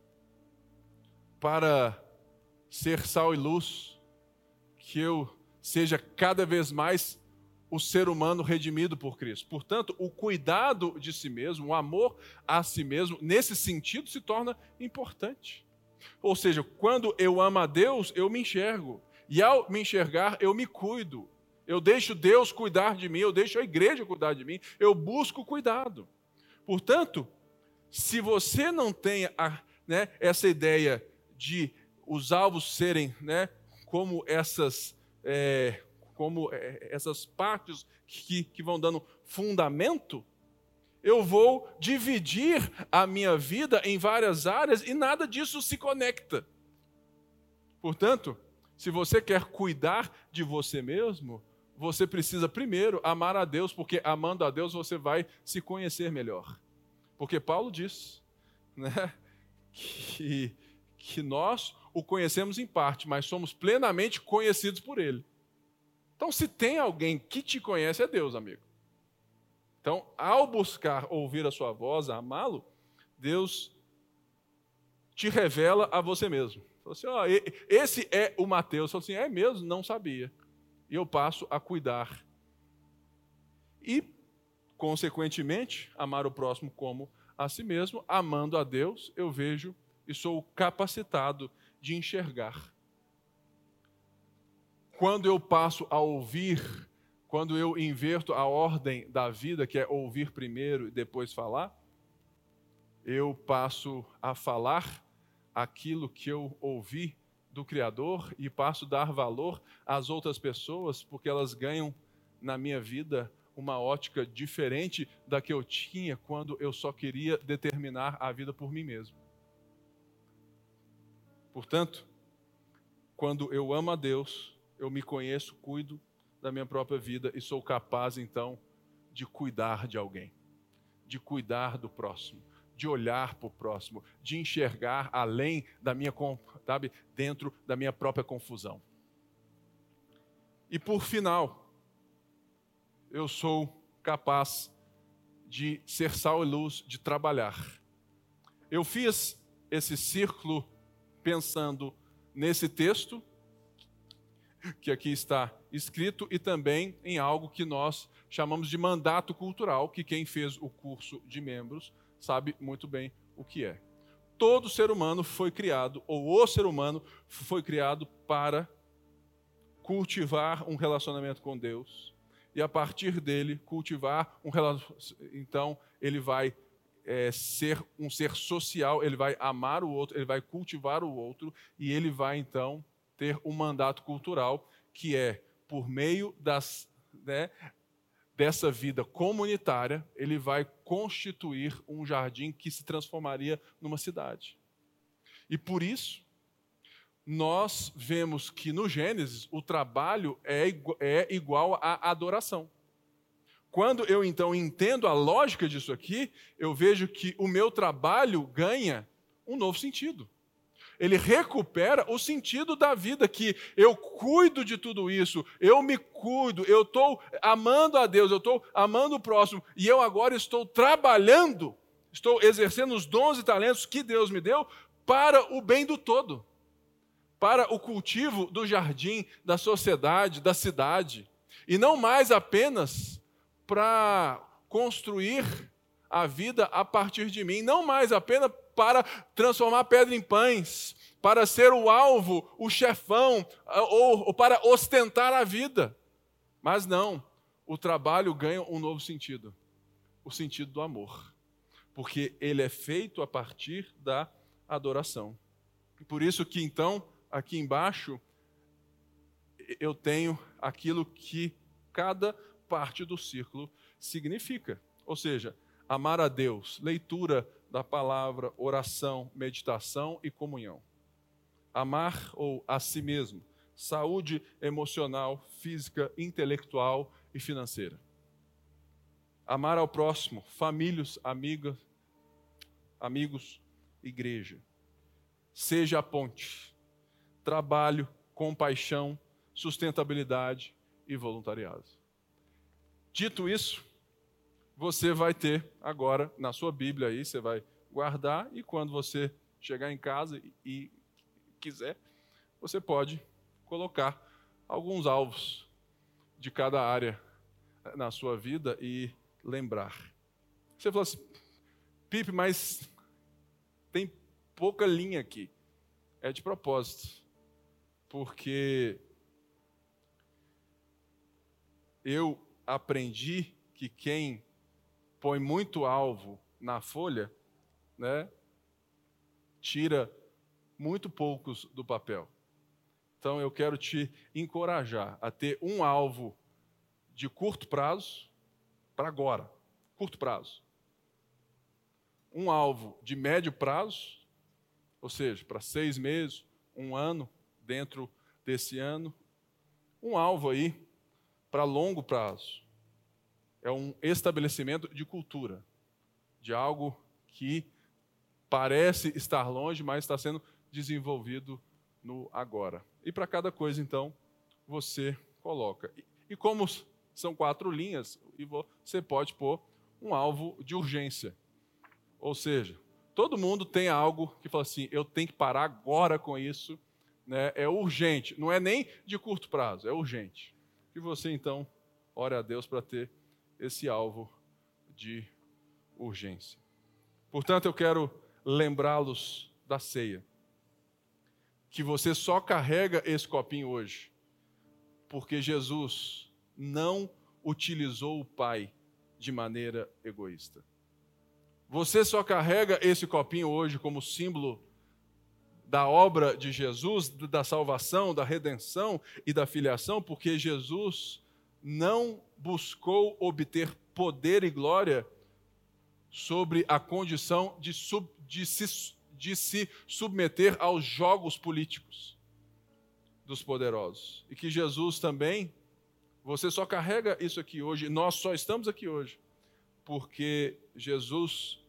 para ser sal e luz, que eu seja cada vez mais o ser humano redimido por Cristo. Portanto, o cuidado de si mesmo, o amor a si mesmo, nesse sentido se torna importante. Ou seja, quando eu amo a Deus, eu me enxergo. E ao me enxergar, eu me cuido. Eu deixo Deus cuidar de mim, eu deixo a igreja cuidar de mim, eu busco cuidado. Portanto, se você não tem a, né, essa ideia de os alvos serem, né, como essas... É, como essas partes que, que vão dando fundamento, eu vou dividir a minha vida em várias áreas e nada disso se conecta. Portanto, se você quer cuidar de você mesmo, você precisa primeiro amar a Deus, porque amando a Deus você vai se conhecer melhor. Porque Paulo diz, né, que, que nós o conhecemos em parte, mas somos plenamente conhecidos por Ele. Então, se tem alguém que te conhece, é Deus, amigo. Então, ao buscar ouvir a sua voz, amá-lo, Deus te revela a você mesmo. Fala assim, ó, esse é o Mateus. Fala assim, é mesmo? Não sabia. E eu passo a cuidar. E, consequentemente, amar o próximo como a si mesmo. Amando a Deus, eu vejo e sou capacitado de enxergar. Quando eu passo a ouvir, quando eu inverto a ordem da vida, que é ouvir primeiro e depois falar, eu passo a falar aquilo que eu ouvi do Criador e passo a dar valor às outras pessoas, porque elas ganham na minha vida uma ótica diferente da que eu tinha quando eu só queria determinar a vida por mim mesmo. Portanto, quando eu amo a Deus, eu me conheço, cuido da minha própria vida e sou capaz, então, de cuidar de alguém, de cuidar do próximo, de olhar para o próximo, de enxergar além da minha, sabe, dentro da minha própria confusão. E por final, eu sou capaz de ser sal e luz, de trabalhar. Eu fiz esse círculo pensando nesse texto, que aqui está escrito, e também em algo que nós chamamos de mandato cultural, que quem fez o curso de membros sabe muito bem o que é. Todo ser humano foi criado, ou o ser humano foi criado para cultivar um relacionamento com Deus, e a partir dele cultivar um relacionamento, então ele vai é, ser um ser social, ele vai amar o outro, ele vai cultivar o outro e ele vai então ter um mandato cultural que é, por meio das, né, dessa vida comunitária, ele vai constituir um jardim que se transformaria numa cidade. E por isso, nós vemos que no Gênesis o trabalho é igual, é igual à adoração. Quando eu então entendo a lógica disso aqui, eu vejo que o meu trabalho ganha um novo sentido. Ele recupera o sentido da vida, que eu cuido de tudo isso, eu me cuido, eu estou amando a Deus, eu estou amando o próximo, e eu agora estou trabalhando, estou exercendo os dons e talentos que Deus me deu para o bem do todo, para o cultivo do jardim, da sociedade, da cidade, e não mais apenas para construir a vida a partir de mim, não mais apenas para transformar pedra em pães, para ser o alvo, o chefão, ou, ou para ostentar a vida. Mas não, o trabalho ganha um novo sentido, o sentido do amor, porque ele é feito a partir da adoração. E por isso que então, aqui embaixo, eu tenho aquilo que cada parte do círculo significa. Ou seja, amar a Deus, leitura da palavra, oração, meditação e comunhão. Amar ou a si mesmo, saúde emocional, física, intelectual e financeira. Amar ao próximo, famílias, amigas, amigos, igreja. Seja a ponte, trabalho, compaixão, sustentabilidade e voluntariado. Dito isso, você vai ter agora na sua Bíblia aí, você vai guardar e quando você chegar em casa e, e quiser, você pode colocar alguns alvos de cada área na sua vida e lembrar. Você falou assim, Pipe, mas tem pouca linha aqui. É de propósito, porque eu aprendi que quem põe muito alvo na folha, né, tira muito poucos do papel. Então eu quero te encorajar a ter um alvo de curto prazo para agora, curto prazo. Um alvo de médio prazo, ou seja, para seis meses, um ano, dentro desse ano. Um alvo aí para longo prazo. É um estabelecimento de cultura, de algo que parece estar longe, mas está sendo desenvolvido no agora. E para cada coisa, então, você coloca. E como são quatro linhas, você pode pôr um alvo de urgência. Ou seja, todo mundo tem algo que fala assim, eu tenho que parar agora com isso, né? É urgente, não é nem de curto prazo, é urgente. E você, então, ore a Deus para ter esse alvo de urgência. Portanto, eu quero lembrá-los da ceia. Que você só carrega esse copinho hoje porque Jesus não utilizou o Pai de maneira egoísta. Você só carrega esse copinho hoje como símbolo da obra de Jesus, da salvação, da redenção e da filiação, porque Jesus não buscou obter poder e glória sobre a condição de, sub, de, se, de se submeter aos jogos políticos dos poderosos. E que Jesus também, você só carrega isso aqui hoje, nós só estamos aqui hoje, porque Jesus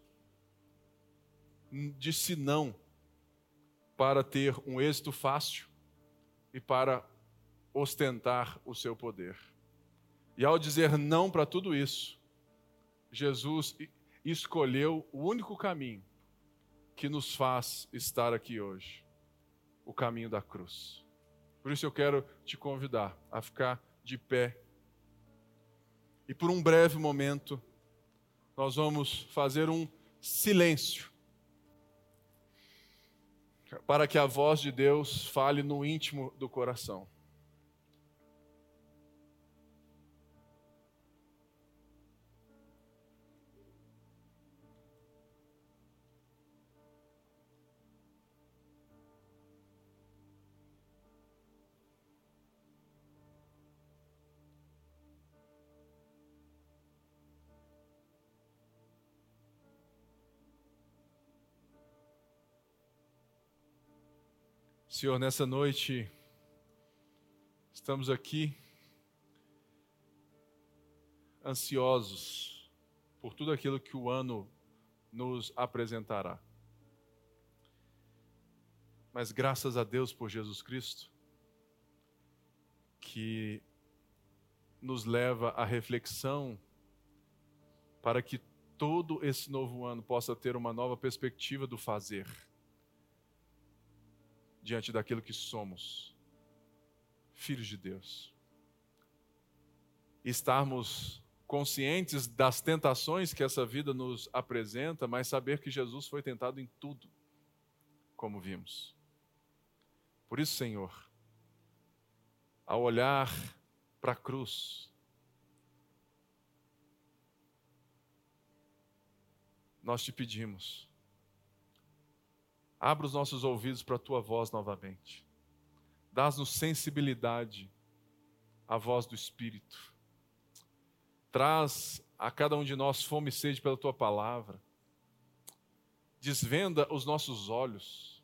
disse não para ter um êxito fácil e para ostentar o seu poder. E ao dizer não para tudo isso, Jesus escolheu o único caminho que nos faz estar aqui hoje, o caminho da cruz. Por isso eu quero te convidar a ficar de pé. E por um breve momento, nós vamos fazer um silêncio para que a voz de Deus fale no íntimo do coração. Senhor, nessa noite, estamos aqui ansiosos por tudo aquilo que o ano nos apresentará. Mas graças a Deus por Jesus Cristo, que nos leva à reflexão para que todo esse novo ano possa ter uma nova perspectiva do fazer diante daquilo que somos, filhos de Deus. Estarmos conscientes das tentações que essa vida nos apresenta, mas saber que Jesus foi tentado em tudo, como vimos. Por isso, Senhor, ao olhar para a cruz, nós te pedimos, abra os nossos ouvidos para a tua voz novamente. Dá-nos sensibilidade à voz do Espírito. Traz a cada um de nós fome e sede pela tua palavra. Desvenda os nossos olhos.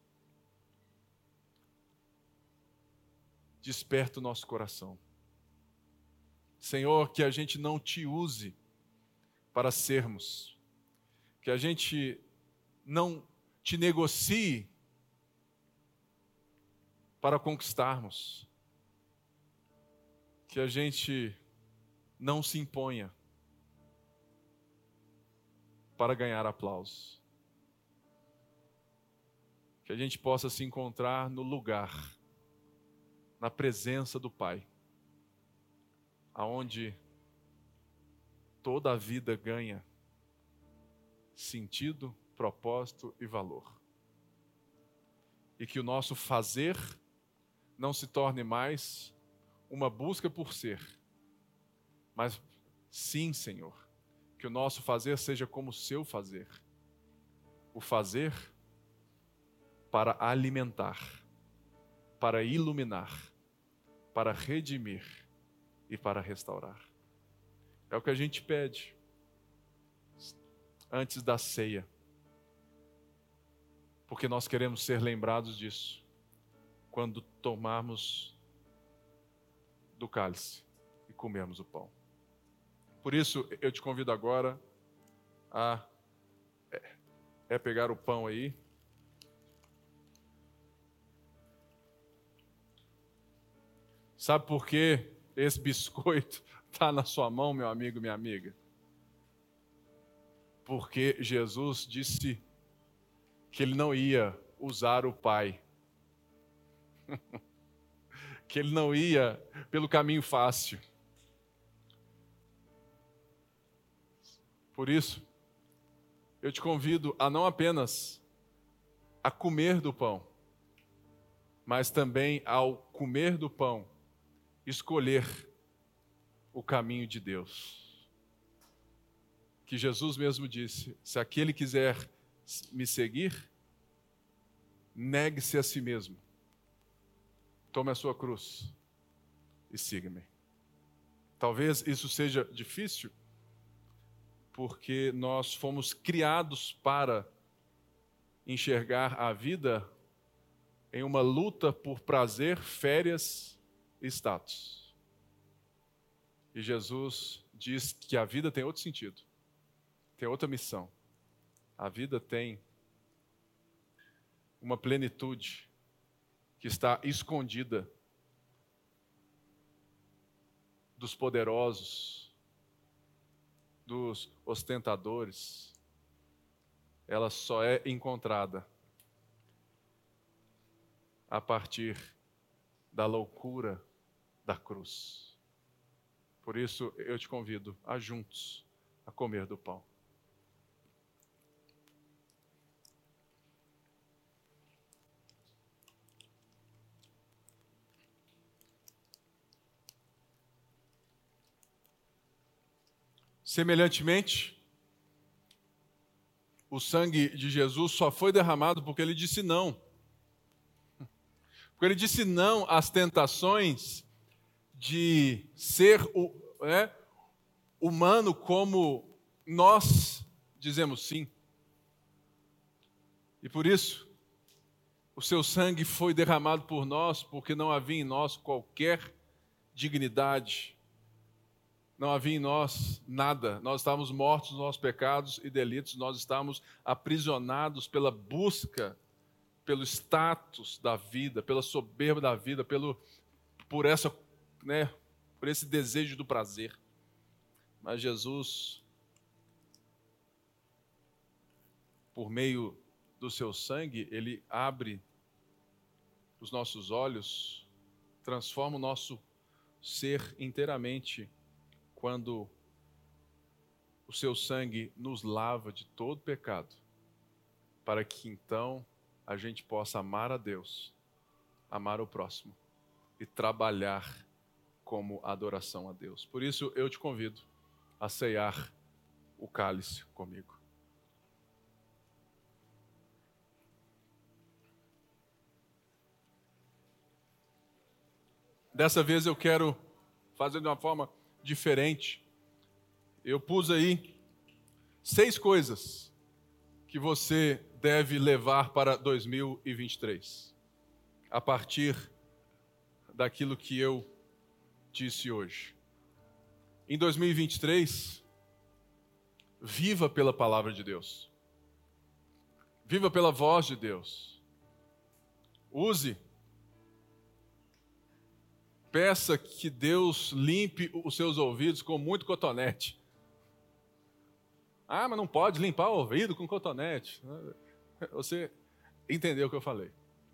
Desperta o nosso coração. Senhor, que a gente não te use para sermos. Que a gente não te negocie para conquistarmos. Que a gente não se imponha para ganhar aplausos. Que a gente possa se encontrar no lugar, na presença do Pai, aonde toda a vida ganha sentido, propósito e valor. E que o nosso fazer não se torne mais uma busca por ser, mas sim, Senhor, que o nosso fazer seja como o seu fazer. O fazer para alimentar, para iluminar, para redimir e para restaurar. É o que a gente pede antes da ceia, porque nós queremos ser lembrados disso quando tomarmos do cálice e comermos o pão. Por isso, eu te convido agora a é, é pegar o pão aí. Sabe por que esse biscoito está na sua mão, meu amigo, minha amiga? Porque Jesus disse que ele não ia usar o Pai. Que ele não ia pelo caminho fácil. Por isso, eu te convido a não apenas a comer do pão, mas também ao comer do pão, escolher o caminho de Deus. Que Jesus mesmo disse, se aquele quiser me seguir, negue-se a si mesmo. Tome a sua cruz e siga-me. Talvez isso seja difícil, porque nós fomos criados para enxergar a vida em uma luta por prazer, férias e status. E Jesus diz que a vida tem outro sentido, tem outra missão. A vida tem uma plenitude que está escondida dos poderosos, dos ostentadores. Ela só é encontrada a partir da loucura da cruz. Por isso eu te convido a juntos a comer do pão. Semelhantemente, o sangue de Jesus só foi derramado porque ele disse não. Porque ele disse não às tentações de ser é, humano como nós dizemos sim. E por isso, O seu sangue foi derramado por nós porque não havia em nós qualquer dignidade. Não havia em nós nada. Nós estávamos mortos nos nossos pecados e delitos. Nós estávamos aprisionados pela busca, pelo status da vida, pela soberba da vida, pelo, por, essa, né, por esse desejo do prazer. Mas Jesus, por meio do seu sangue, ele abre os nossos olhos, transforma o nosso ser inteiramente, quando o seu sangue nos lava de todo pecado, para que então a gente possa amar a Deus, amar o próximo e trabalhar como adoração a Deus. Por isso eu te convido a ceiar o cálice comigo. Dessa vez eu quero fazer de uma forma diferente. Eu pus aí seis coisas que você deve levar para dois mil e vinte e três, a partir daquilo que eu disse hoje. Em dois mil e vinte e três, viva pela palavra de Deus. Viva pela voz de Deus. Use Peça que Deus limpe os seus ouvidos com muito cotonete. Ah, mas não pode limpar o ouvido com cotonete. Você entendeu o que eu falei.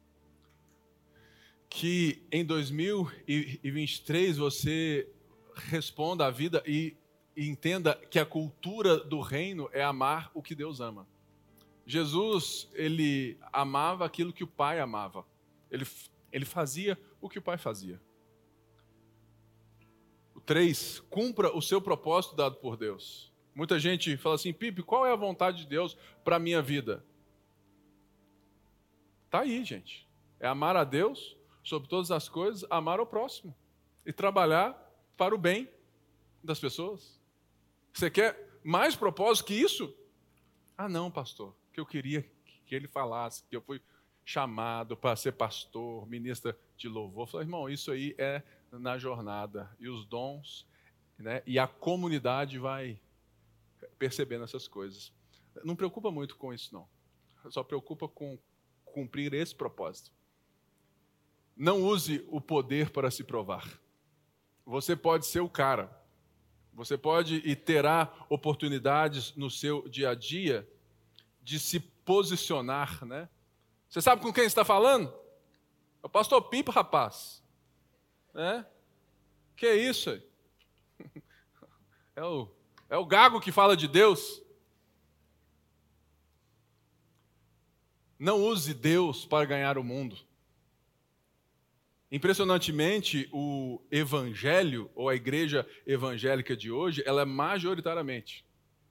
Que em dois mil e vinte e três você responda à vida e entenda que a cultura do reino é amar o que Deus ama. Jesus, ele amava aquilo que o Pai amava. Ele, ele fazia o que o Pai fazia. Três, cumpra o seu propósito dado por Deus. Muita gente fala assim, Pipe, qual é a vontade de Deus para a minha vida? Está aí, gente. É amar a Deus sobre todas as coisas, amar o próximo e trabalhar para o bem das pessoas. Você quer mais propósito que isso? Ah, não, pastor, que eu queria que ele falasse, que eu fui chamado para ser pastor, ministra de louvor. Eu falei, irmão, isso aí é na jornada, e os dons, né, e a comunidade vai percebendo essas coisas. Não preocupa muito com isso, não. Só preocupa com cumprir esse propósito. Não use o poder para se provar. Você pode ser o cara. Você pode e terá oportunidades no seu dia a dia de se posicionar, né? Você sabe com quem está falando? É o pastor Pipo, rapaz. É? Que é isso aí? É o, é o gago que fala de Deus. Não use Deus para ganhar o mundo. Impressionantemente, o evangelho, ou a igreja evangélica de hoje, ela é majoritariamente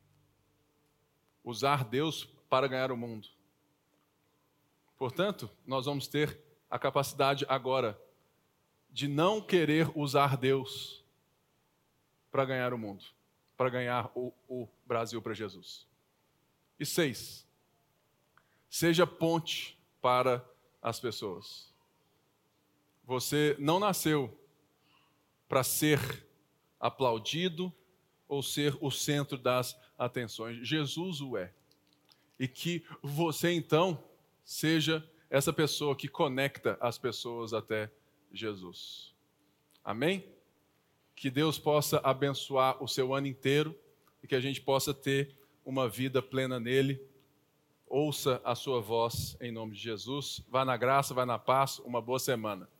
usar Deus para ganhar o mundo. Portanto, nós vamos ter a capacidade agora de não querer usar Deus para ganhar o mundo, para ganhar o, o Brasil para Jesus. E seis, seja ponte para as pessoas. Você não nasceu para ser aplaudido ou ser o centro das atenções. Jesus o é. E que você, então, seja essa pessoa que conecta as pessoas até Jesus. Amém? Que Deus possa abençoar o seu ano inteiro e que a gente possa ter uma vida plena nele. Ouça a sua voz em nome de Jesus. Vá na graça, vá na paz. Uma boa semana.